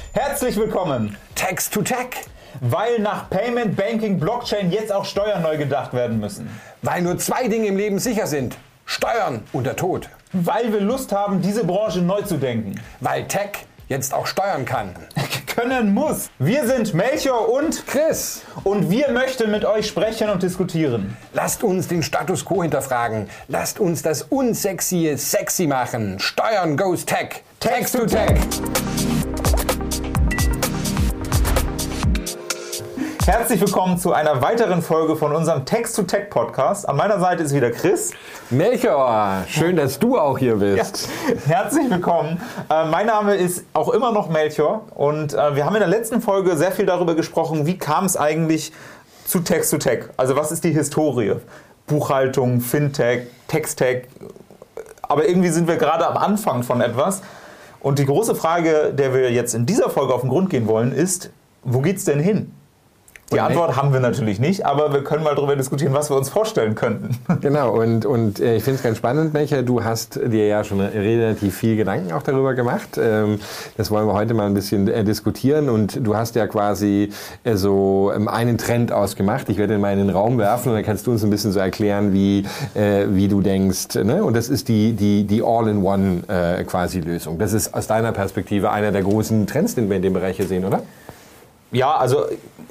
Herzlich willkommen. Text to Tech. Weil nach Payment, Banking, Blockchain jetzt auch Steuern neu gedacht werden müssen. Weil nur 2 Dinge im Leben sicher sind. Steuern und der Tod. Weil wir Lust haben, diese Branche neu zu denken. Weil Tech jetzt auch steuern kann. Können muss. Wir sind Melchior und Chris. Und wir möchten mit euch sprechen und diskutieren. Lasst uns den Status Quo hinterfragen. Lasst uns das Unsexy sexy machen. Steuern goes Tech. Text to Tech. Herzlich willkommen zu einer weiteren Folge von unserem Text-to-Tech-Podcast. An meiner Seite ist wieder Chris. Melchior, schön, dass du auch hier bist. Ja, herzlich willkommen. Mein Name ist auch immer noch Melchior und wir haben in der letzten Folge sehr viel darüber gesprochen, wie kam es eigentlich zu Text-to-Tech? Also was ist die Historie? Buchhaltung, Fintech, Text-Tech. Aber irgendwie sind wir gerade am Anfang von etwas. Und die große Frage, der wir jetzt in dieser Folge auf den Grund gehen wollen, ist, wo geht's denn hin? Die Antwort haben wir natürlich nicht, aber wir können mal darüber diskutieren, was wir uns vorstellen könnten. Genau, und ich finde es ganz spannend, Melchior, du hast dir ja schon relativ viel Gedanken auch darüber gemacht. Das wollen wir heute mal ein bisschen diskutieren und du hast ja quasi so einen Trend ausgemacht. Ich werde ihn mal in den Raum werfen und dann kannst du uns ein bisschen so erklären, wie du denkst. Ne? Und das ist die All-in-One quasi Lösung. Das ist aus deiner Perspektive einer der großen Trends, den wir in dem Bereich hier sehen, oder? Ja, also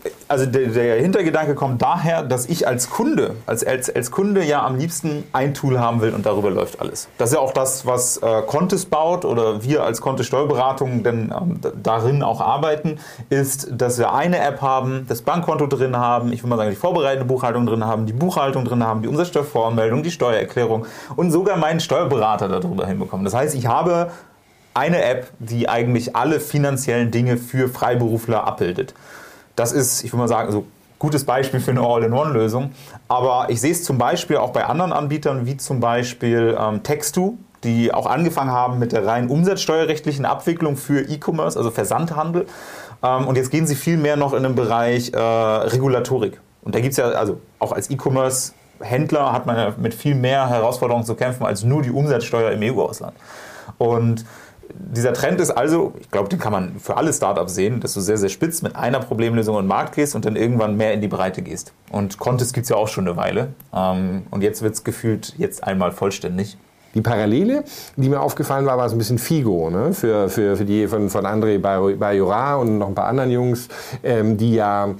der Hintergedanke kommt daher, dass ich als Kunde, als Kunde ja am liebsten ein Tool haben will und darüber läuft alles. Das ist ja auch das, was Kontist baut oder wir als Kontist Steuerberatung denn darin auch arbeiten, ist, dass wir eine App haben, das Bankkonto drin haben, ich will mal sagen, die vorbereitende Buchhaltung drin haben, die Buchhaltung drin haben, die Umsatzsteuervoranmeldung, die Steuererklärung und sogar meinen Steuerberater darüber hinbekommen. Das heißt, ich habe eine App, die eigentlich alle finanziellen Dinge für Freiberufler abbildet. Das ist, ich würde mal sagen, so ein gutes Beispiel für eine All-in-One-Lösung. Aber ich sehe es zum Beispiel auch bei anderen Anbietern, wie zum Beispiel Textu, die auch angefangen haben mit der rein umsatzsteuerrechtlichen Abwicklung für E-Commerce, also Versandhandel. Und jetzt gehen sie viel mehr noch in den Bereich Regulatorik. Und da gibt es ja, also auch als E-Commerce-Händler hat man ja mit viel mehr Herausforderungen zu kämpfen als nur die Umsatzsteuer im EU-Ausland. Und dieser Trend ist also, ich glaube, den kann man für alle Startups sehen, dass du sehr, sehr spitz mit einer Problemlösung in den Markt gehst und dann irgendwann mehr in die Breite gehst. Und Kontist gibt es ja auch schon eine Weile. Und jetzt wird es gefühlt jetzt einmal vollständig. Die Parallele, die mir aufgefallen war, war so ein bisschen Figo, ne? Für die von André Bajorat und noch ein paar anderen Jungs, die ja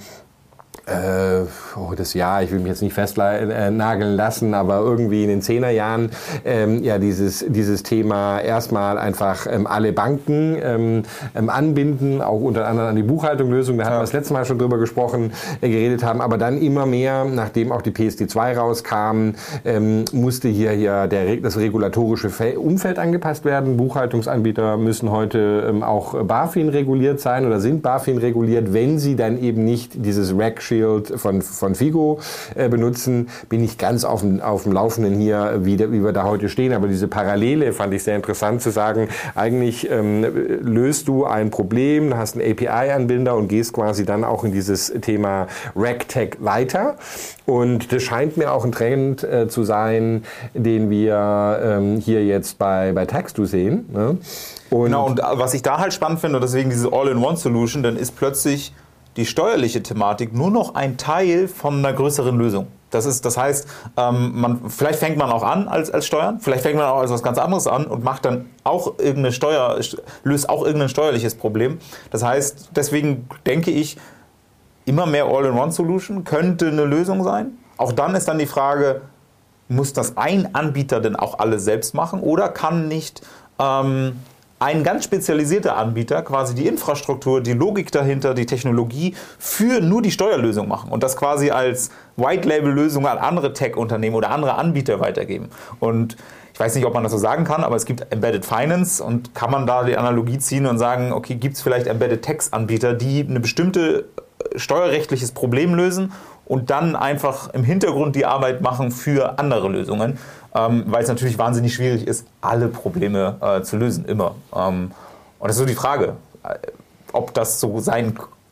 das Jahr, ich will mich jetzt nicht festnageln lassen, aber irgendwie in den 10er Jahren ja dieses Thema erstmal einfach alle Banken anbinden, auch unter anderem an die Buchhaltung-Lösung, da hatten wir das letzte Mal schon drüber gesprochen, geredet haben, aber dann immer mehr, nachdem auch die PSD2 rauskam, musste hier das regulatorische Umfeld angepasst werden. Buchhaltungsanbieter müssen heute auch BaFin reguliert sein oder sind BaFin reguliert, wenn sie dann eben nicht dieses RegShield von Figo benutzen, bin ich ganz auf dem Laufenden hier, wie wir da heute stehen. Aber diese Parallele fand ich sehr interessant zu sagen, eigentlich löst du ein Problem, hast einen API-Anbinder und gehst quasi dann auch in dieses Thema RegTech weiter. Und das scheint mir auch ein Trend zu sein, den wir hier jetzt bei Textu sehen. Ne? Genau, und was ich da halt spannend finde, und deswegen diese All-in-One-Solution, dann ist plötzlich die steuerliche Thematik nur noch ein Teil von einer größeren Lösung. Das heißt, vielleicht fängt man auch an als Steuern, vielleicht fängt man auch als was ganz anderes an und macht dann auch löst auch irgendein steuerliches Problem. Das heißt, deswegen denke ich, immer mehr All-in-One-Solution könnte eine Lösung sein. Auch dann ist dann die Frage, muss das ein Anbieter denn auch alles selbst machen oder kann nicht ein ganz spezialisierter Anbieter quasi die Infrastruktur, die Logik dahinter, die Technologie für nur die Steuerlösung machen und das quasi als White-Label-Lösung an andere Tech-Unternehmen oder andere Anbieter weitergeben. Und ich weiß nicht, ob man das so sagen kann, aber es gibt Embedded Finance und kann man da die Analogie ziehen und sagen, okay, gibt es vielleicht Embedded Tax-Anbieter, die eine bestimmte steuerrechtliches Problem lösen und dann einfach im Hintergrund die Arbeit machen für andere Lösungen, weil es natürlich wahnsinnig schwierig ist, alle Probleme zu lösen, immer. Und das ist so die Frage, ob das so sein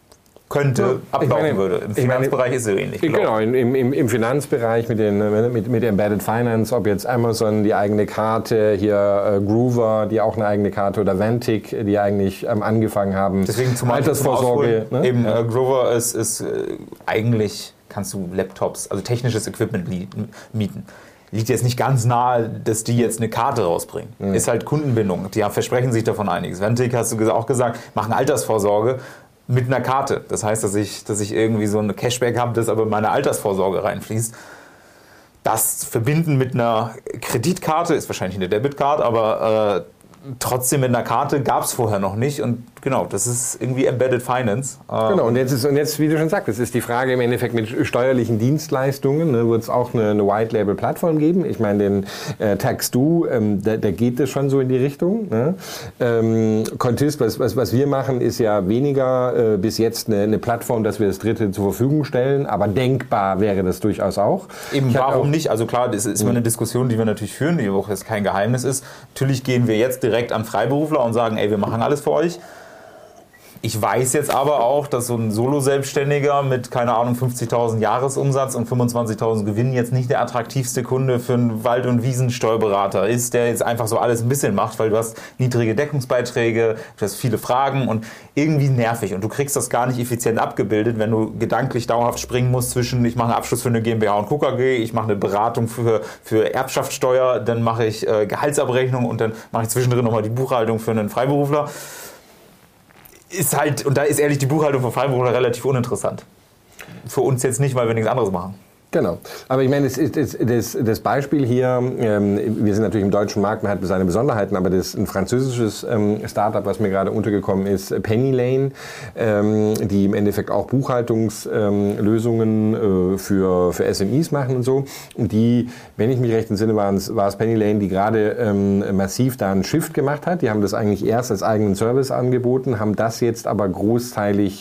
könnte, ablaufen würde. Im Finanzbereich ist es ähnlich. Genau, im Finanzbereich mit Embedded Finance, ob jetzt Amazon die eigene Karte, hier Groover, die auch eine eigene Karte, oder Vantic, die eigentlich angefangen haben. Deswegen zum Altersvorsorge. Groover ist eigentlich, kannst du Laptops, also technisches Equipment mieten. Liegt jetzt nicht ganz nahe, dass die jetzt eine Karte rausbringen. Ist halt Kundenbindung. Die versprechen sich davon einiges. Vantic, hast du auch gesagt, machen Altersvorsorge mit einer Karte. Das heißt, dass ich irgendwie so eine Cashback habe, das aber in meine Altersvorsorge reinfließt. Das verbinden mit einer Kreditkarte, ist wahrscheinlich eine Debitcard, aber trotzdem mit einer Karte gab es vorher noch nicht. Und genau, das ist irgendwie Embedded Finance. Genau, und jetzt, wie du schon sagst, das ist die Frage im Endeffekt mit steuerlichen Dienstleistungen. Ne, wird es auch eine White-Label-Plattform geben? Ich meine, den Tax-Do, da geht das schon so in die Richtung. Ne? Contist, was wir machen, ist ja weniger bis jetzt eine Plattform, dass wir das Dritte zur Verfügung stellen, aber denkbar wäre das durchaus auch. Eben, warum nicht? Also klar, das ist immer eine Diskussion, die wir natürlich führen, die auch jetzt kein Geheimnis ist. Natürlich gehen wir jetzt direkt an Freiberufler und sagen, ey, wir machen alles für euch. Ich weiß jetzt aber auch, dass so ein Solo-Selbstständiger mit, keine Ahnung, 50.000 Jahresumsatz und 25.000 Gewinn jetzt nicht der attraktivste Kunde für einen Wald- und Wiesensteuerberater ist, der jetzt einfach so alles ein bisschen macht, weil du hast niedrige Deckungsbeiträge, du hast viele Fragen und irgendwie nervig und du kriegst das gar nicht effizient abgebildet, wenn du gedanklich dauerhaft springen musst zwischen, ich mache einen Abschluss für eine GmbH und Co. KG, ich mache eine Beratung für Erbschaftssteuer, dann mache ich Gehaltsabrechnung und dann mache ich zwischendrin nochmal die Buchhaltung für einen Freiberufler. Ist halt, und da ist ehrlich die Buchhaltung von Freiberufler relativ uninteressant. Für uns jetzt nicht, weil wir nichts anderes machen. Genau. Aber ich meine, das Beispiel hier, wir sind natürlich im deutschen Markt, man hat seine Besonderheiten, aber das ist ein französisches Startup, was mir gerade untergekommen ist, PennyLane, die im Endeffekt auch Buchhaltungslösungen für SMEs machen und so. Und die, wenn ich mich recht entsinne, war es PennyLane, die gerade massiv da einen Shift gemacht hat. Die haben das eigentlich erst als eigenen Service angeboten, haben das jetzt aber großteilig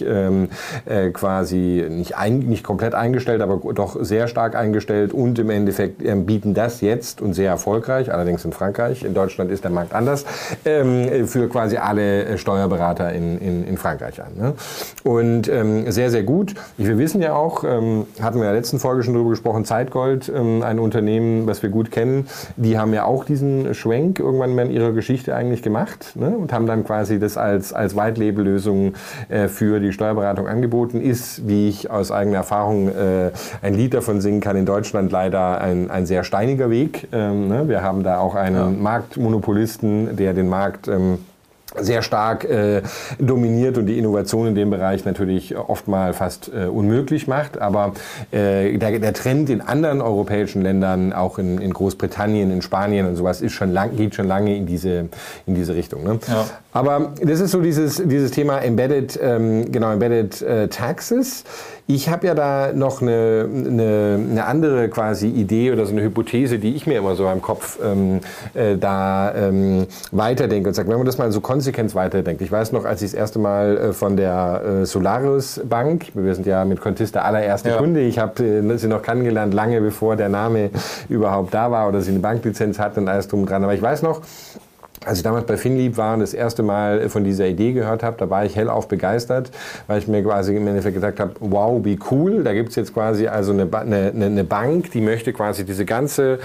quasi nicht komplett eingestellt, aber doch sehr stark eingestellt und im Endeffekt bieten das jetzt und sehr erfolgreich, allerdings in Frankreich, in Deutschland ist der Markt anders, für quasi alle Steuerberater in Frankreich an. Ne? Und sehr, sehr gut. Wir wissen ja auch, hatten wir in der letzten Folge schon drüber gesprochen, Zeitgold, ein Unternehmen, was wir gut kennen, die haben ja auch diesen Schwenk irgendwann mal in ihrer Geschichte eigentlich gemacht, ne? Und haben dann quasi das als White-Label-Lösung für die Steuerberatung angeboten. Ist, wie ich aus eigener Erfahrung ein Lied davon singen kann, in Deutschland leider ein sehr steiniger Weg. Ne? Wir haben da auch einen Marktmonopolisten, der den Markt sehr stark dominiert und die Innovation in dem Bereich natürlich oftmals fast unmöglich macht. Aber der Trend in anderen europäischen Ländern, auch in Großbritannien, in Spanien und sowas, geht schon lange in diese Richtung. Ne? Ja. Aber das ist so dieses Thema Embedded Taxes. Ich habe ja da noch eine andere quasi Idee oder so eine Hypothese, die ich mir immer so im Kopf weiterdenke und sage, wenn man das mal so konsequent weiterdenkt. Ich weiß noch, als ich das erste Mal von der Solaris Bank, wir sind ja mit Contist der allererste Kunde, ich habe sie noch kennengelernt, lange bevor der Name überhaupt da war oder sie eine Banklizenz hatten und alles drum und dran. Aber ich weiß noch, als ich damals bei Finlieb war und das erste Mal von dieser Idee gehört habe, da war ich hellauf begeistert, weil ich mir quasi im Endeffekt gesagt habe, wow, wie cool, da gibt's jetzt quasi also eine Bank, die möchte quasi dieses ganze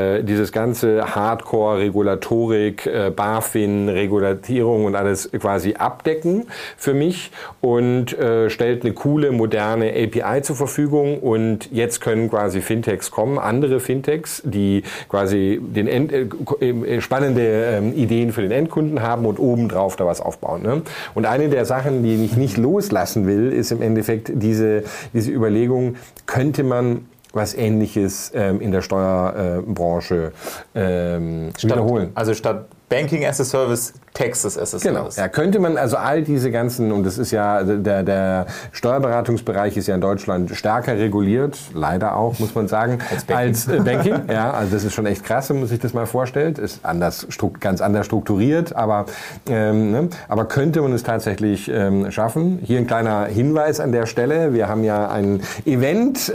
Hardcore-Regulatorik, BaFin, Regulierung und alles quasi abdecken für mich und stellt eine coole, moderne API zur Verfügung und jetzt können quasi Fintechs kommen, andere Fintechs, die quasi spannende Ideen für den Endkunden haben und obendrauf da was aufbauen. Ne? Und eine der Sachen, die ich nicht loslassen will, ist im Endeffekt diese Überlegung, könnte man was Ähnliches in der Steuerbranche wiederholen. Also statt Banking as a Service, Taxes as a Service. Genau. Ja, könnte man also all diese ganzen, und das ist ja, der Steuerberatungsbereich ist ja in Deutschland stärker reguliert, leider auch, muss man sagen, als Banking. Ja, also das ist schon echt krass, wenn man sich das mal vorstellt. Ist ganz anders strukturiert, aber könnte man es tatsächlich schaffen. Hier ein kleiner Hinweis an der Stelle. Wir haben ja ein Event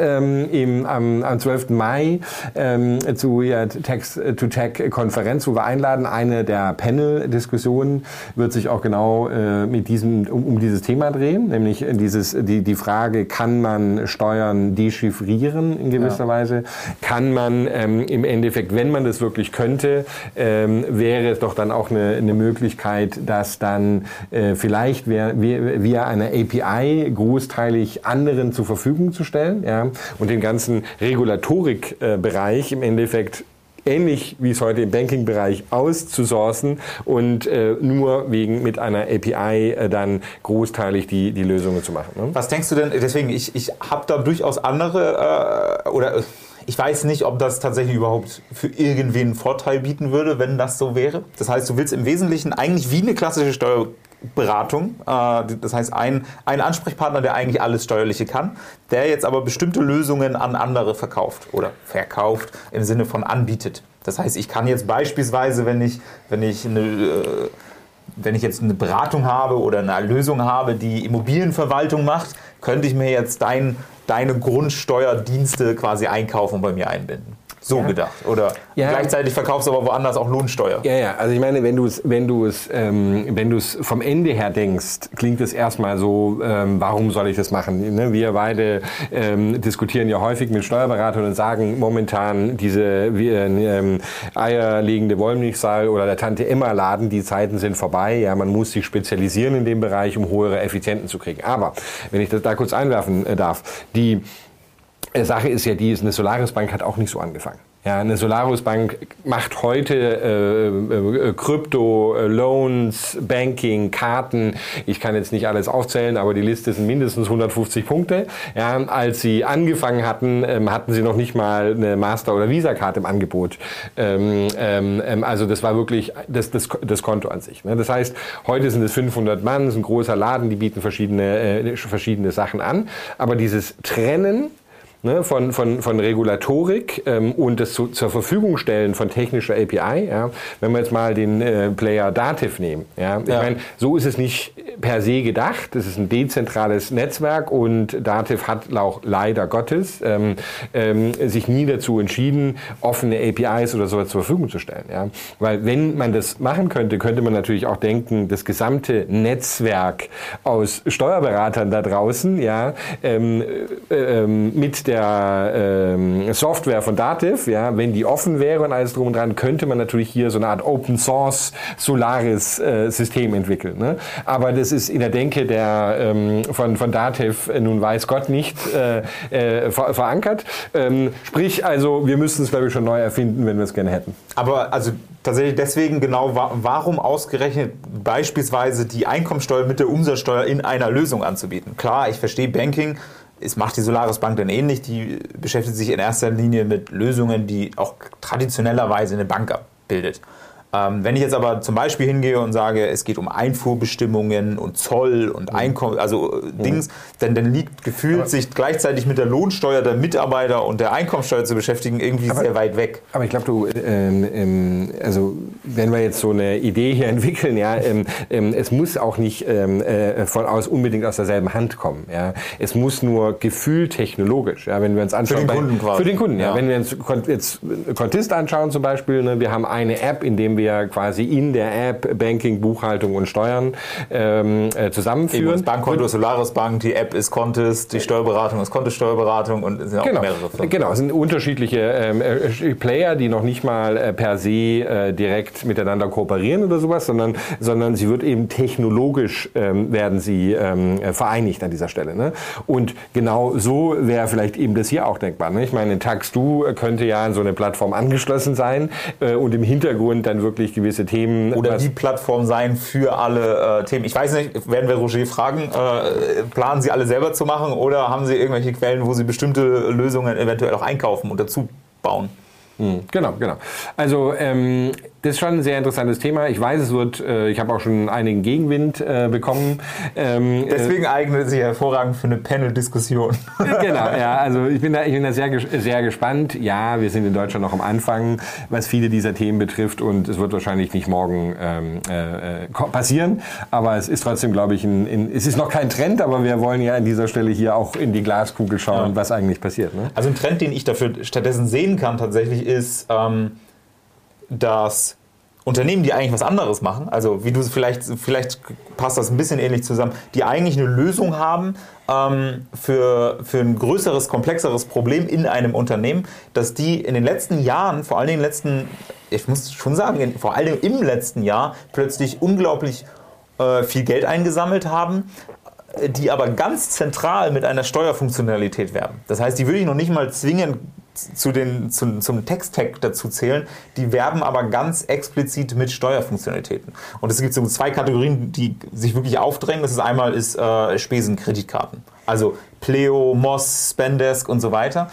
am 12. Mai zu Tax-to-Tech-Konferenz, wo wir einladen, eine Teile der Panel-Diskussion wird sich auch genau mit um dieses Thema drehen, nämlich die Frage, kann man Steuern dechiffrieren in gewisser Weise? Kann man im Endeffekt, wenn man das wirklich könnte, wäre es doch dann auch eine Möglichkeit, dass dann vielleicht via einer API großteilig anderen zur Verfügung zu stellen, ja, und den ganzen Regulatorikbereich im Endeffekt ähnlich wie es heute im Banking-Bereich auszusourcen und nur mit einer API dann großteilig die Lösungen zu machen. Ne? Was denkst du denn, deswegen, ich habe da durchaus andere, oder ich weiß nicht, ob das tatsächlich überhaupt für irgendwen einen Vorteil bieten würde, wenn das so wäre. Das heißt, du willst im Wesentlichen eigentlich wie eine klassische Steuerberatung, das heißt ein Ansprechpartner, der eigentlich alles Steuerliche kann, der jetzt aber bestimmte Lösungen an andere verkauft oder verkauft im Sinne von anbietet. Das heißt, ich kann jetzt beispielsweise, wenn ich jetzt eine Beratung habe oder eine Lösung habe, die Immobilienverwaltung macht, könnte ich mir jetzt deine Grundsteuerdienste quasi einkaufen und bei mir einbinden. So gedacht. Oder gleichzeitig verkaufst du aber woanders auch Lohnsteuer. Ja. Also ich meine, wenn du es vom Ende her denkst, klingt es erstmal so, warum soll ich das machen? Ne? Wir beide diskutieren ja häufig mit Steuerberatern und sagen momentan diese eierlegende Wollmilchsau oder der Tante Emma Laden, die Zeiten sind vorbei. Ja, man muss sich spezialisieren in dem Bereich, um höhere Effizienzen zu kriegen. Aber wenn ich das da kurz einwerfen darf, die Sache ist ja eine Solaris Bank hat auch nicht so angefangen. Ja, eine Solaris Bank macht heute Krypto, Loans, Banking, Karten. Ich kann jetzt nicht alles aufzählen, aber die Liste sind mindestens 150 Punkte. Ja, als sie angefangen hatten, hatten sie noch nicht mal eine Master- oder Visa-Karte im Angebot. Also das war wirklich das Konto an sich. Ne? Das heißt, heute sind es 500 Mann, es ist ein großer Laden, die bieten verschiedene Sachen an. Aber dieses Trennen von Regulatorik und das zur Verfügung stellen von technischer API, ja, wenn wir jetzt mal den Player Dativ nehmen. Ja, ich meine, so ist es nicht per se gedacht. Es ist ein dezentrales Netzwerk und Dativ hat auch leider Gottes sich nie dazu entschieden, offene APIs oder sowas zur Verfügung zu stellen. Ja. Weil wenn man das machen könnte, könnte man natürlich auch denken, das gesamte Netzwerk aus Steuerberatern da draußen, ja, mit der Software von Dativ, ja, wenn die offen wäre und alles drum und dran, könnte man natürlich hier so eine Art Open Source Solaris System entwickeln. Ne? Aber das ist in der Denke von Dativ nun weiß Gott nicht verankert. Sprich also, wir müssten es glaube ich schon neu erfinden, wenn wir es gerne hätten. Aber also tatsächlich deswegen genau, warum ausgerechnet beispielsweise die Einkommensteuer mit der Umsatzsteuer in einer Lösung anzubieten? Klar, ich verstehe Banking. Es macht die Solaris Bank dann ähnlich, die beschäftigt sich in erster Linie mit Lösungen, die auch traditionellerweise eine Bank abbildet. Wenn ich jetzt aber zum Beispiel hingehe und sage, es geht um Einfuhrbestimmungen und Zoll und Einkommen, also Dings, dann liegt gefühlt sich gleichzeitig mit der Lohnsteuer der Mitarbeiter und der Einkommensteuer zu beschäftigen irgendwie sehr weit weg. Aber ich glaube, also wenn wir jetzt so eine Idee hier entwickeln, ja, es muss auch nicht unbedingt aus derselben Hand kommen. Ja. Es muss nur gefühltechnologisch, ja, wenn wir uns anschauen. Für den Kunden quasi. Für den Kunden, ja. Wenn wir uns jetzt Contist anschauen zum Beispiel, ne, wir haben eine App, in dem wir quasi in der App Banking, Buchhaltung und Steuern zusammenführen. Das Bankkonto ist Solaris Bank, die App ist Contist, die Steuerberatung ist Contist-Steuerberatung und es sind auch mehrere Firmen. Genau, es sind unterschiedliche Player, die noch nicht mal per se direkt miteinander kooperieren oder sowas, sondern sie wird eben technologisch werden sie vereinigt an dieser Stelle. Ne? Und genau so wäre vielleicht eben das hier auch denkbar. Ne? Ich meine, Tax2 könnte ja an so eine Plattform angeschlossen sein und im Hintergrund dann wirklich gewisse Themen... Oder die Plattform sein für alle Themen. Ich weiß nicht, werden wir Roger fragen, planen Sie alle selber zu machen oder haben Sie irgendwelche Quellen, wo Sie bestimmte Lösungen eventuell auch einkaufen und dazu bauen? Genau. Also das ist schon ein sehr interessantes Thema. Ich weiß, ich habe auch schon einigen Gegenwind bekommen. Deswegen eignet es sich hervorragend für eine Panel-Diskussion. Genau, ja, also ich bin da sehr gespannt. Ja, wir sind in Deutschland noch am Anfang, was viele dieser Themen betrifft und es wird wahrscheinlich nicht morgen passieren, aber es ist trotzdem, glaube ich, es ist noch kein Trend, aber wir wollen ja an dieser Stelle hier auch in die Glaskugel schauen, was eigentlich passiert. Ne? Also ein Trend, den ich dafür stattdessen sehen kann tatsächlich ist, dass Unternehmen, die eigentlich was anderes machen, also wie du vielleicht passt das ein bisschen ähnlich zusammen, die eigentlich eine Lösung haben für ein größeres, komplexeres Problem in einem Unternehmen, dass die in den letzten Jahren, vor allem ich muss schon sagen, vor allem im letzten Jahr plötzlich unglaublich viel Geld eingesammelt haben, die aber ganz zentral mit einer Steuerfunktionalität werben. Das heißt, die würde ich noch nicht mal zwingend zum Text-Tag dazu zählen, die werben aber ganz explizit mit Steuerfunktionalitäten. Und es gibt so 2 Kategorien, die sich wirklich aufdrängen. Das ist einmal Spesen-Kreditkarten. Also Pleo, Moss, Spendesk und so weiter.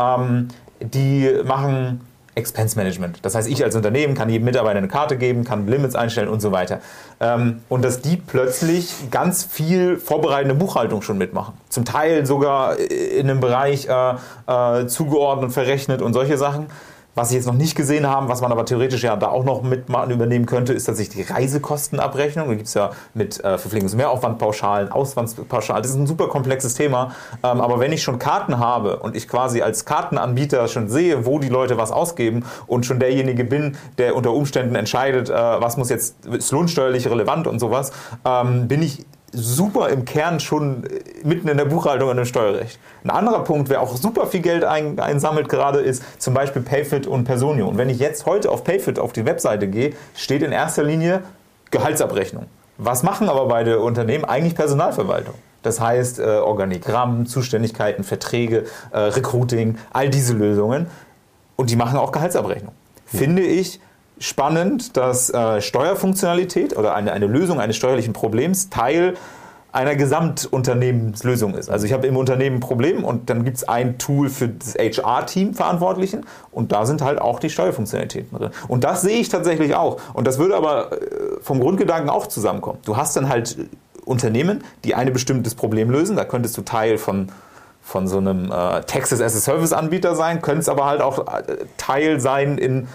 Die machen Expense Management. Das heißt, ich als Unternehmen kann jedem Mitarbeiter eine Karte geben, kann Limits einstellen und so weiter. Und dass die plötzlich ganz viel vorbereitende Buchhaltung schon mitmachen. Zum Teil sogar in einem Bereich zugeordnet, verrechnet und solche Sachen. Was ich jetzt noch nicht gesehen habe, was man aber theoretisch ja da auch noch mit übernehmen könnte, ist tatsächlich die Reisekostenabrechnung. Da gibt es ja mit Verpflegungs- und Mehraufwandpauschalen, Auswandspauschalen. Das ist ein super komplexes Thema. Aber wenn ich schon Karten habe und ich quasi als Kartenanbieter schon sehe, wo die Leute was ausgeben und schon derjenige bin, der unter Umständen entscheidet, was ist lohnsteuerlich relevant und sowas, bin ich super im Kern schon mitten in der Buchhaltung und im Steuerrecht. Ein anderer Punkt, wer auch super viel Geld einsammelt gerade, ist zum Beispiel Payfit und Personio. Und wenn ich jetzt heute auf Payfit auf die Webseite gehe, steht in erster Linie Gehaltsabrechnung. Was machen aber beide Unternehmen? Eigentlich Personalverwaltung. Das heißt Organigramm, Zuständigkeiten, Verträge, Recruiting, all diese Lösungen. Und die machen auch Gehaltsabrechnung. Finde ich spannend, dass Steuerfunktionalität oder eine Lösung eines steuerlichen Problems Teil einer Gesamtunternehmenslösung ist. Also ich habe im Unternehmen ein Problem und dann gibt es ein Tool für das HR-Team Verantwortlichen und da sind halt auch die Steuerfunktionalitäten drin. Und das sehe ich tatsächlich auch. Und das würde aber vom Grundgedanken auch zusammenkommen. Du hast dann halt Unternehmen, die ein bestimmtes Problem lösen. Da könntest du Teil von so einem Taxes-as-a-Service-Anbieter sein, könntest aber halt auch Teil sein in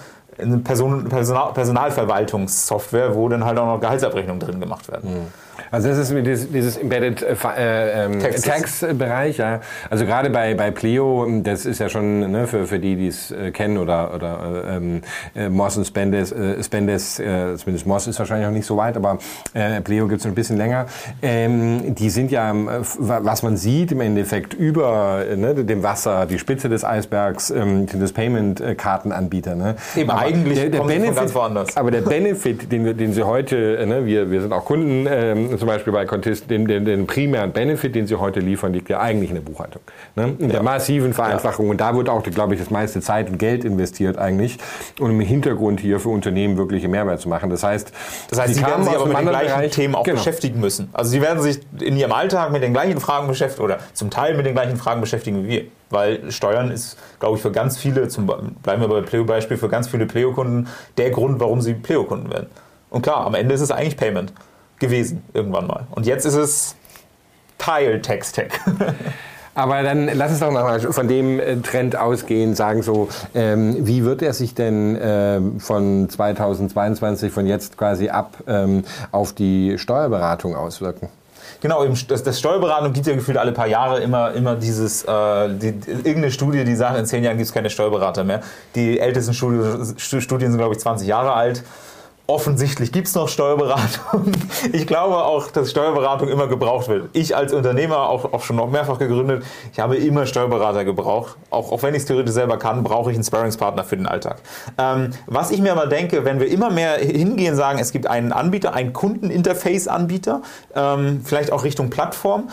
Personalverwaltungssoftware, wo dann halt auch noch Gehaltsabrechnungen drin gemacht werden. Also das ist dieses Embedded Tax-Bereich, ja. Also gerade bei Pleo, das ist ja schon, ne, für die es kennen oder Moss und Spendesk, zumindest Moss ist wahrscheinlich noch nicht so weit, aber Pleo gibt es ein bisschen länger. Die sind ja, was man sieht im Endeffekt über dem Wasser, die Spitze des Eisbergs, sind das Payment-Kartenanbieter. Ne? Eben, aber eigentlich der Benefit, von ganz woanders. Aber der Benefit, den sie heute, wir sind auch Kunden, zum Beispiel bei Contist, den primären Benefit, den sie heute liefern, liegt ja eigentlich in der Buchhaltung. Ne? In der massiven Vereinfachung. Und da wird auch, glaube ich, das meiste Zeit und Geld investiert eigentlich, um im Hintergrund hier für Unternehmen wirkliche Mehrwert zu machen. Das heißt, sie werden sich aber mit den gleichen Themen auch beschäftigen müssen. Also sie werden sich in ihrem Alltag mit den gleichen Fragen beschäftigen oder zum Teil mit den gleichen Fragen beschäftigen wie wir. Weil Steuern ist, glaube ich, für ganz viele, bleiben wir bei Pleo-Beispiel, für ganz viele Pleo-Kunden der Grund, warum sie Pleo-Kunden werden. Und klar, am Ende ist es eigentlich Payment gewesen, irgendwann mal. Und jetzt ist es Teil Text-Tag. Aber dann lass uns doch mal von dem Trend ausgehen, sagen so, wie wird er sich denn von 2022, von jetzt quasi ab, auf die Steuerberatung auswirken? Genau, das Steuerberatung gibt ja gefühlt alle paar Jahre immer dieses, irgendeine Studie, die sagt, in 10 Jahren gibt es keine Steuerberater mehr. Die ältesten Studien sind, glaube ich, 20 Jahre alt. Offensichtlich gibt es noch Steuerberatung. Ich glaube auch, dass Steuerberatung immer gebraucht wird. Ich als Unternehmer, auch schon noch mehrfach gegründet, ich habe immer Steuerberater gebraucht. Auch wenn ich es theoretisch selber kann, brauche ich einen Sparringspartner für den Alltag. Was ich mir aber denke, wenn wir immer mehr hingehen, sagen, es gibt einen Anbieter, einen Kundeninterface-Anbieter, vielleicht auch Richtung Plattform,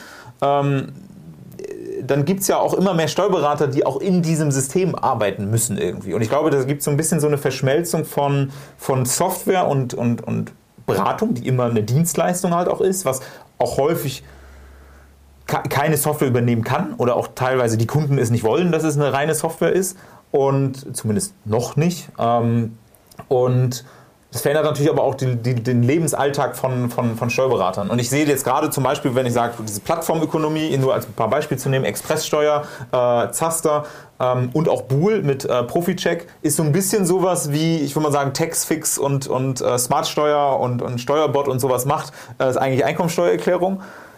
dann gibt es ja auch immer mehr Steuerberater, die auch in diesem System arbeiten müssen irgendwie. Und ich glaube, da gibt es so ein bisschen so eine Verschmelzung von Software und Beratung, die immer eine Dienstleistung halt auch ist, was auch häufig keine Software übernehmen kann oder auch teilweise die Kunden es nicht wollen, dass es eine reine Software ist und zumindest noch nicht. Und das verändert natürlich aber auch den Lebensalltag von Steuerberatern. Und ich sehe jetzt gerade zum Beispiel, wenn ich sage, diese Plattformökonomie, nur als ein paar Beispiele zu nehmen, Expresssteuer, Zaster und auch Bool mit Proficheck, ist so ein bisschen sowas wie, ich würde mal sagen, Taxfix und Smartsteuer und Steuerbot und sowas macht, ist eigentlich Einkommensteuererklärung.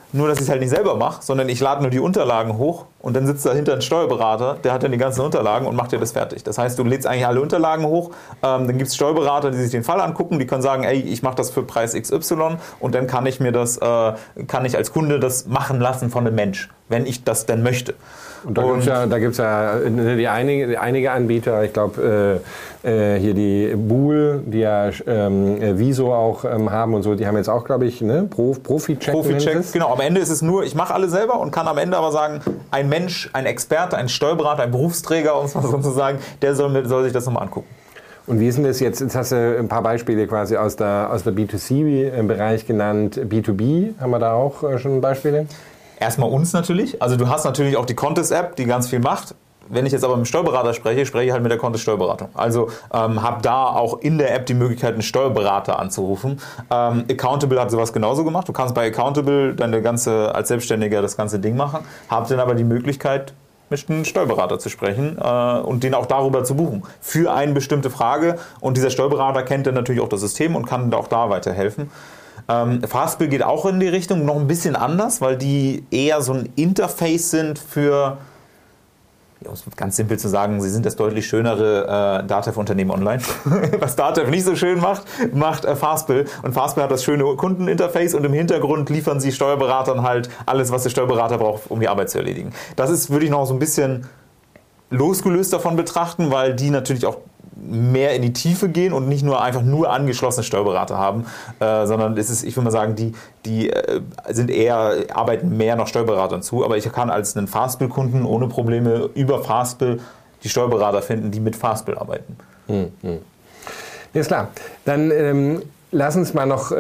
nur dass ich es halt nicht selber mache, sondern ich lade nur die Unterlagen hoch und dann sitzt dahinter ein Steuerberater, der hat dann die ganzen Unterlagen und macht dir das fertig. Das heißt, du lädst eigentlich alle Unterlagen hoch, dann gibt es Steuerberater, die sich den Fall angucken, die können sagen, ey, ich mache das für Preis XY und dann kann ich als Kunde das machen lassen von einem Mensch, wenn ich das denn möchte. Und da gibt's ja einige Anbieter, ich glaube hier die Bool, die ja Wieso auch haben und so, die haben jetzt auch, glaube ich, ne, Profi-Check. Profi-Check, genau. Am Ende ist es nur, ich mache alle selber und kann am Ende aber sagen, ein Mensch, ein Experte, ein Steuerberater, ein Berufsträger, um es mal so zu sagen, der soll sich das nochmal angucken. Und wie ist denn das jetzt? Jetzt hast du ein paar Beispiele quasi aus der B2C-Bereich genannt. B2B, haben wir da auch schon Beispiele? Erstmal uns natürlich. Also du hast natürlich auch die Contest-App, die ganz viel macht. Wenn ich jetzt aber mit dem Steuerberater spreche ich halt mit der Contest-Steuerberatung. Also habe da auch in der App die Möglichkeit, einen Steuerberater anzurufen. Accountable hat sowas genauso gemacht. Du kannst bei Accountable als Selbstständiger das ganze Ding machen. Hab dann aber die Möglichkeit, mit einem Steuerberater zu sprechen und den auch darüber zu buchen. Für eine bestimmte Frage. Und dieser Steuerberater kennt dann natürlich auch das System und kann auch da weiterhelfen. Fastbill geht auch in die Richtung, noch ein bisschen anders, weil die eher so ein Interface sind für, um es ganz simpel zu sagen, sie sind das deutlich schönere Datev-Unternehmen online. Was Datev nicht so schön macht Fastbill. Und Fastbill hat das schöne Kundeninterface und im Hintergrund liefern sie Steuerberatern halt alles, was der Steuerberater braucht, um die Arbeit zu erledigen. Das ist, würde ich noch so ein bisschen losgelöst davon betrachten, weil die natürlich auch mehr in die Tiefe gehen und nicht nur einfach angeschlossene Steuerberater haben, sondern es ist, ich würde mal sagen, die arbeiten mehr noch Steuerberatern zu, aber ich kann als einen Fastbill-Kunden ohne Probleme über Fastbill die Steuerberater finden, die mit Fastbill arbeiten. Ja, ist klar. Dann lass uns mal noch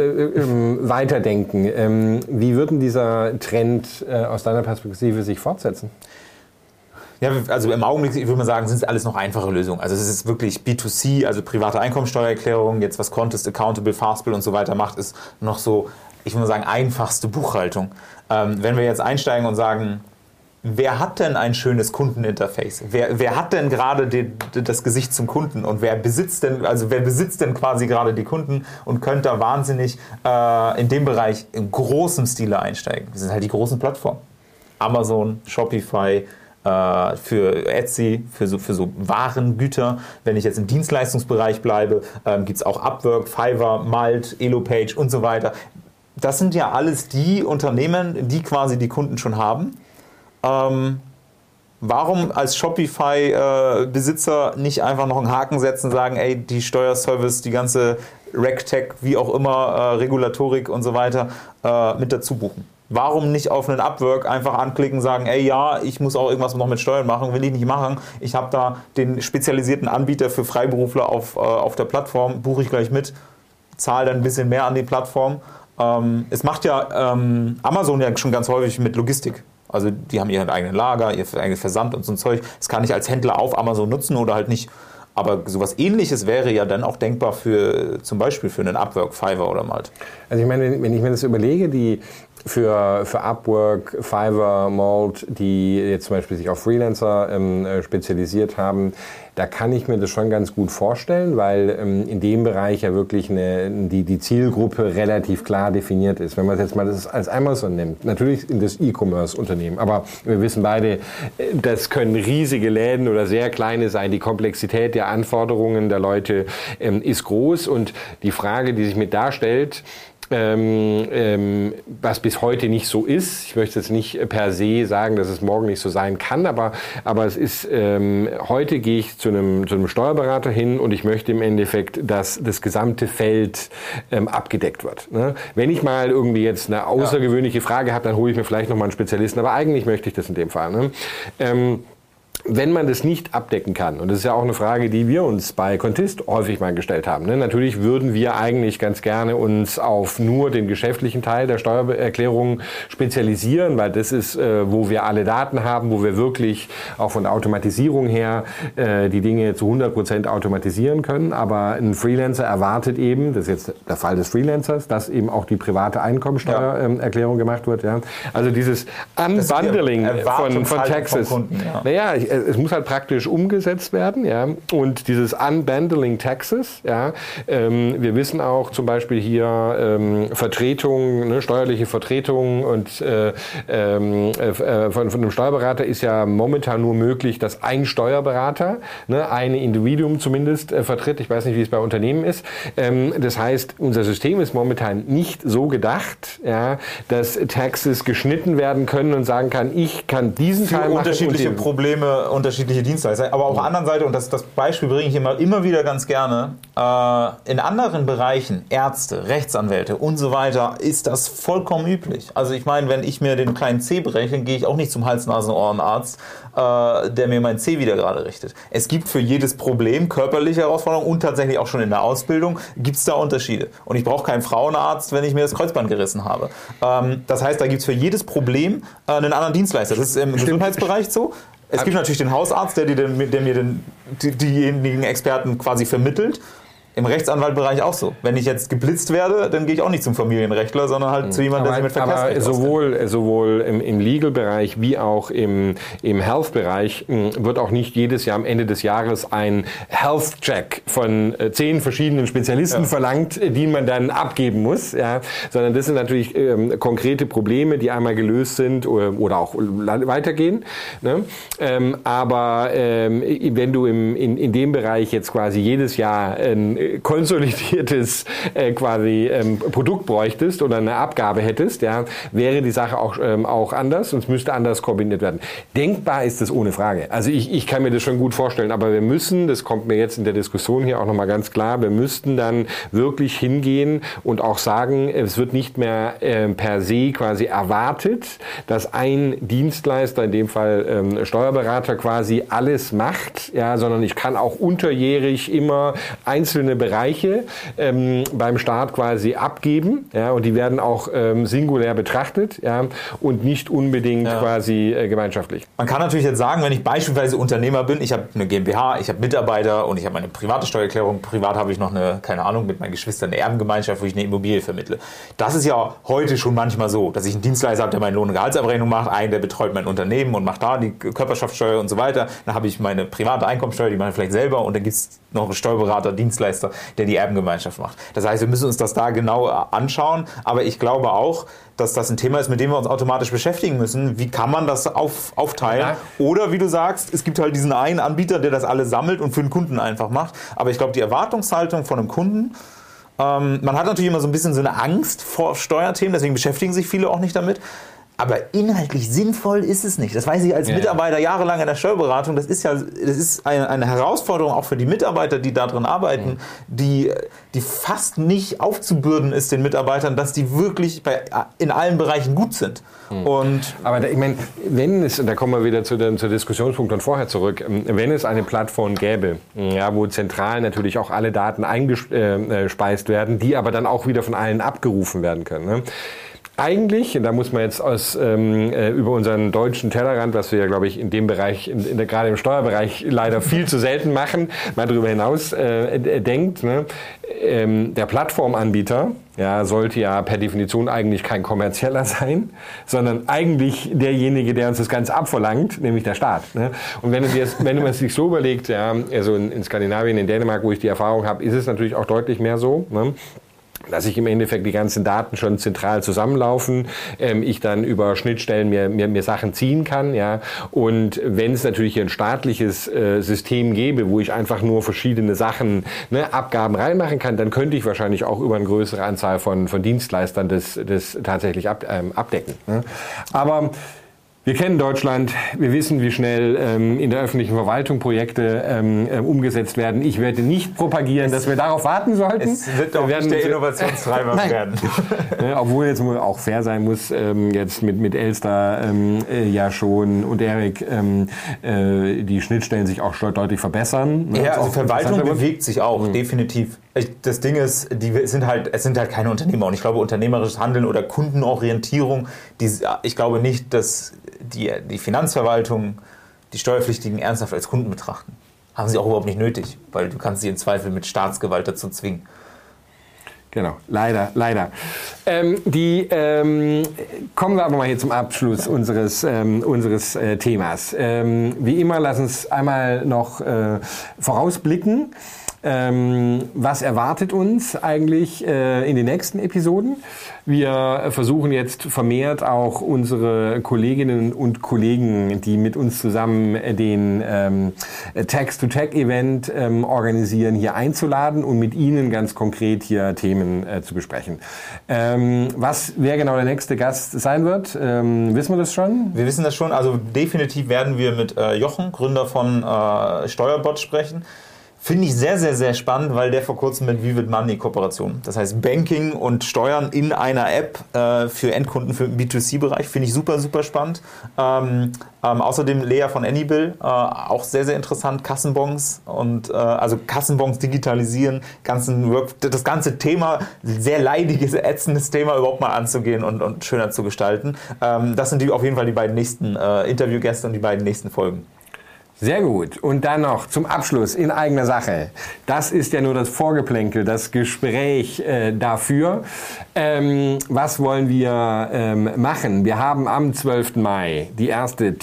weiterdenken. Wie wird denn dieser Trend aus deiner Perspektive sich fortsetzen? Ja, also im Augenblick, ich würde mal sagen, sind es alles noch einfache Lösungen. Also es ist wirklich B2C, also private Einkommensteuererklärung, jetzt was Contest, Accountable, Fastbill und so weiter macht, ist noch so, ich würde mal sagen, einfachste Buchhaltung. Wenn wir jetzt einsteigen und sagen, wer hat denn ein schönes Kundeninterface? Wer hat denn gerade das Gesicht zum Kunden und wer besitzt denn quasi gerade die Kunden und könnte da wahnsinnig in dem Bereich im großen Stile einsteigen? Das sind halt die großen Plattformen. Amazon, Shopify, für Etsy, für so Warengüter. Wenn ich jetzt im Dienstleistungsbereich bleibe, gibt es auch Upwork, Fiverr, Malt, Elopage und so weiter. Das sind ja alles die Unternehmen, die quasi die Kunden schon haben. Warum als Shopify-Besitzer nicht einfach noch einen Haken setzen und sagen, ey, die Steuerservice, die ganze RegTech, wie auch immer, Regulatorik und so weiter mit dazu buchen? Warum nicht auf einen Upwork einfach anklicken und sagen, ey, ja, ich muss auch irgendwas noch mit Steuern machen, will ich nicht machen. Ich habe da den spezialisierten Anbieter für Freiberufler auf der Plattform, buche ich gleich mit, zahle dann ein bisschen mehr an die Plattform. Es macht ja Amazon ja schon ganz häufig mit Logistik. Also die haben ihr eigenes Lager, ihr eigenes Versand und so ein Zeug. Das kann ich als Händler auf Amazon nutzen oder halt nicht. Aber sowas Ähnliches wäre ja dann auch denkbar zum Beispiel für einen Upwork, Fiverr oder Malt. Also ich meine, wenn ich mir das überlege, die für Upwork, Fiverr, Malt, die jetzt zum Beispiel sich auf Freelancer spezialisiert haben, da kann ich mir das schon ganz gut vorstellen, weil in dem Bereich ja wirklich die Zielgruppe relativ klar definiert ist. Wenn man jetzt mal das als Amazon nimmt, natürlich in das E-Commerce-Unternehmen, aber wir wissen beide, das können riesige Läden oder sehr kleine sein. Die Komplexität der Anforderungen der Leute ist groß und die Frage, die sich mit darstellt, was bis heute nicht so ist. Ich möchte jetzt nicht per se sagen, dass es morgen nicht so sein kann, aber es ist, heute gehe ich zu einem Steuerberater hin und ich möchte im Endeffekt, dass das gesamte Feld abgedeckt wird. Ne? Wenn ich mal irgendwie jetzt eine außergewöhnliche Frage habe, dann hole ich mir vielleicht nochmal einen Spezialisten, aber eigentlich möchte ich das in dem Fall. Ne? Wenn man das nicht abdecken kann, und das ist ja auch eine Frage, die wir uns bei Contist häufig mal gestellt haben, ne? Natürlich würden wir eigentlich ganz gerne uns auf nur den geschäftlichen Teil der Steuererklärung spezialisieren, weil das ist, wo wir alle Daten haben, wo wir wirklich auch von der Automatisierung her die Dinge zu 100% automatisieren können. Aber ein Freelancer erwartet eben, das ist jetzt der Fall des Freelancers, dass eben auch die private Einkommensteuererklärung gemacht wird. Ja? Also dieses Unbundling von Taxes. Kunden, ja. Naja, es muss halt praktisch umgesetzt werden, ja. Und dieses Unbundling Taxes, ja, wir wissen auch zum Beispiel hier Vertretung, ne, steuerliche Vertretung und von einem Steuerberater ist ja momentan nur möglich, dass ein Steuerberater, ne, ein Individuum zumindest vertritt. Ich weiß nicht, wie es bei Unternehmen ist. Das heißt, unser System ist momentan nicht so gedacht, ja, dass Taxes geschnitten werden können und sagen kann, ich kann diesen Teil machen. Unterschiedliche Probleme, unterschiedliche Dienstleister. Aber auf der anderen Seite, und das Beispiel bringe ich immer wieder ganz gerne, in anderen Bereichen, Ärzte, Rechtsanwälte und so weiter, ist das vollkommen üblich. Also ich meine, wenn ich mir den kleinen C breche, gehe ich auch nicht zum Hals-Nasen-Ohrenarzt, der mir mein C wieder gerade richtet. Es gibt für jedes Problem körperliche Herausforderungen und tatsächlich auch schon in der Ausbildung gibt es da Unterschiede. Und ich brauche keinen Frauenarzt, wenn ich mir das Kreuzband gerissen habe. Das heißt, da gibt es für jedes Problem einen anderen Dienstleister. Das ist im Gesundheitsbereich so. Es gibt natürlich den Hausarzt, der mir diejenigen Experten quasi vermittelt. Im Rechtsanwaltbereich auch so. Wenn ich jetzt geblitzt werde, dann gehe ich auch nicht zum Familienrechtler, sondern halt zu jemandem, der sich mit Verkehrsrecht auskennt. Aber sowohl im Legal-Bereich wie auch im Health-Bereich wird auch nicht jedes Jahr am Ende des Jahres ein Health-Check von 10 verschiedenen Spezialisten verlangt, die man dann abgeben muss. Ja? Sondern das sind natürlich konkrete Probleme, die einmal gelöst sind oder auch weitergehen. Ne? Aber wenn du in dem Bereich jetzt quasi jedes Jahr ein konsolidiertes Produkt bräuchtest oder eine Abgabe hättest, ja, wäre die Sache auch anders und es müsste anders kombiniert werden. Denkbar ist es ohne Frage. Also ich kann mir das schon gut vorstellen, aber wir müssen, das kommt mir jetzt in der Diskussion hier auch nochmal ganz klar, wir müssten dann wirklich hingehen und auch sagen, es wird nicht mehr per se quasi erwartet, dass ein Dienstleister, in dem Fall Steuerberater, quasi alles macht, ja, sondern ich kann auch unterjährig immer einzelne Bereiche beim Staat quasi abgeben, ja, und die werden auch singulär betrachtet, ja, und nicht unbedingt quasi gemeinschaftlich. Man kann natürlich jetzt sagen, wenn ich beispielsweise Unternehmer bin, ich habe eine GmbH, ich habe Mitarbeiter und ich habe meine private Steuererklärung, privat habe ich noch eine, keine Ahnung, mit meinen Geschwistern eine Erbengemeinschaft, wo ich eine Immobilie vermittle. Das ist ja heute schon manchmal so, dass ich einen Dienstleister habe, der meine Lohn- und Gehaltsabrechnung macht, einen, der betreut mein Unternehmen und macht da die Körperschaftssteuer und so weiter. Dann habe ich meine private Einkommensteuer, die mache ich vielleicht selber und dann gibt es noch einen Steuerberater, Dienstleister, der die Erbengemeinschaft macht. Das heißt, wir müssen uns das da genau anschauen, aber ich glaube auch, dass das ein Thema ist, mit dem wir uns automatisch beschäftigen müssen. Wie kann man das aufteilen? Ja. Oder wie du sagst, es gibt halt diesen einen Anbieter, der das alles sammelt und für den Kunden einfach macht. Aber ich glaube, die Erwartungshaltung von einem Kunden, man hat natürlich immer so ein bisschen so eine Angst vor Steuerthemen, deswegen beschäftigen sich viele auch nicht damit. Aber inhaltlich sinnvoll ist es nicht. Das weiß ich als Mitarbeiter jahrelang in der Steuerberatung. Das ist eine Herausforderung auch für die Mitarbeiter, die da drin arbeiten, die fast nicht aufzubürden ist den Mitarbeitern, dass die wirklich in allen Bereichen gut sind. Aber ich meine, wenn es, da kommen wir wieder zu Diskussionspunkt von vorher zurück, wenn es eine Plattform gäbe, ja, wo zentral natürlich auch alle Daten eingespeist werden, die aber dann auch wieder von allen abgerufen werden können, ne? Eigentlich, da muss man jetzt über unseren deutschen Tellerrand, was wir ja, glaube ich, in dem Bereich, gerade im Steuerbereich leider viel zu selten machen, mal darüber hinaus denkt, ne? Der Plattformanbieter sollte ja per Definition eigentlich kein kommerzieller sein, sondern eigentlich derjenige, der uns das Ganze abverlangt, nämlich der Staat. Ne? Und wenn man es sich so überlegt, ja, also in Skandinavien, in Dänemark, wo ich die Erfahrung habe, ist es natürlich auch deutlich mehr so, ne? Dass ich im Endeffekt die ganzen Daten schon zentral zusammenlaufen, ich dann über Schnittstellen mir Sachen ziehen kann, ja. Und wenn es natürlich ein staatliches System gäbe, wo ich einfach nur verschiedene Sachen, ne, Abgaben reinmachen kann, dann könnte ich wahrscheinlich auch über eine größere Anzahl von Dienstleistern das tatsächlich abdecken. Ne? Aber wir kennen Deutschland, wir wissen, wie schnell in der öffentlichen Verwaltung Projekte umgesetzt werden. Ich werde nicht propagieren, dass wir darauf warten sollten. Es wird doch nicht der Innovationstreiber werden. Obwohl jetzt auch fair sein muss, jetzt mit Elster ja schon und Erik die Schnittstellen sich auch deutlich verbessern. Ja, also Verwaltung bewegt sich auch, definitiv. Das Ding ist, es sind halt keine Unternehmer. Und ich glaube, unternehmerisches Handeln oder Kundenorientierung, ich glaube nicht, dass die Finanzverwaltung die Steuerpflichtigen ernsthaft als Kunden betrachten. Haben sie auch überhaupt nicht nötig, weil du kannst sie im Zweifel mit Staatsgewalt dazu zwingen. Genau, leider. Kommen wir aber mal hier zum Abschluss unseres Themas. Wie immer, lass uns einmal noch vorausblicken. Was erwartet uns eigentlich in den nächsten Episoden? Wir versuchen jetzt vermehrt auch unsere Kolleginnen und Kollegen, die mit uns zusammen den Tax-to-Tech-Event organisieren, hier einzuladen und mit ihnen ganz konkret hier Themen zu besprechen. Wer genau der nächste Gast sein wird, wissen wir das schon? Wir wissen das schon. Also definitiv werden wir mit Jochen, Gründer von Steuerbot, sprechen. Finde ich sehr, sehr, sehr spannend, weil der vor kurzem mit Vivid Money Kooperation, das heißt Banking und Steuern in einer App für Endkunden für den B2C-Bereich, finde ich super, super spannend. Außerdem Lea von Anybill, auch sehr, sehr interessant, Kassenbons und also Kassenbons digitalisieren, das ganze Thema, sehr leidiges, ätzendes Thema überhaupt mal anzugehen und schöner zu gestalten. Das sind auf jeden Fall die beiden nächsten Interviewgäste und die beiden nächsten Folgen. Sehr gut. Und dann noch zum Abschluss in eigener Sache. Das ist ja nur das Vorgeplänkel, das Gespräch dafür. Was wollen wir machen? Wir haben am 12. Mai die erste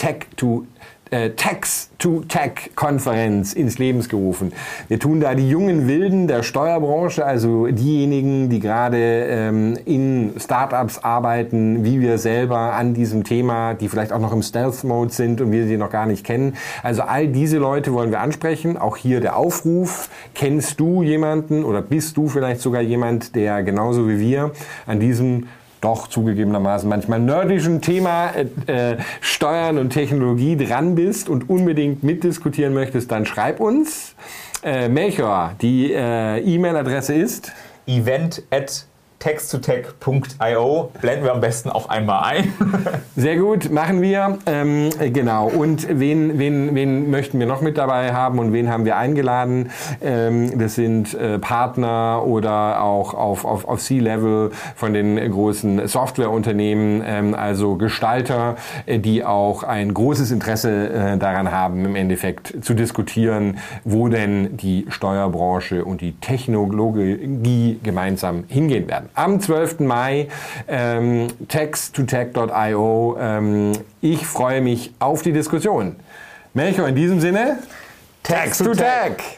Tax-to-Tech-Konferenz ins Leben gerufen. Wir tun da die jungen Wilden der Steuerbranche, also diejenigen, die gerade in Startups arbeiten, wie wir selber an diesem Thema, die vielleicht auch noch im Stealth-Mode sind und wir sie noch gar nicht kennen. Also all diese Leute wollen wir ansprechen. Auch hier der Aufruf. Kennst du jemanden oder bist du vielleicht sogar jemand, der genauso wie wir an diesem doch zugegebenermaßen manchmal nerdischen Thema Steuern und Technologie dran bist und unbedingt mitdiskutieren möchtest, dann schreib uns. Melchior, die E-Mail-Adresse ist event@tax2tech.io. Blenden wir am besten auch einmal ein. Sehr gut, machen wir. Genau. Und wen möchten wir noch mit dabei haben und wen haben wir eingeladen? Das sind Partner oder auch auf C-Level von den großen Softwareunternehmen, also Gestalter, die auch ein großes Interesse daran haben, im Endeffekt zu diskutieren, wo denn die Steuerbranche und die Technologie gemeinsam hingehen werden. Am 12. Mai, tax2tech.io. Ich freue mich auf die Diskussion. Melchior, in diesem Sinne, Tax2Tech!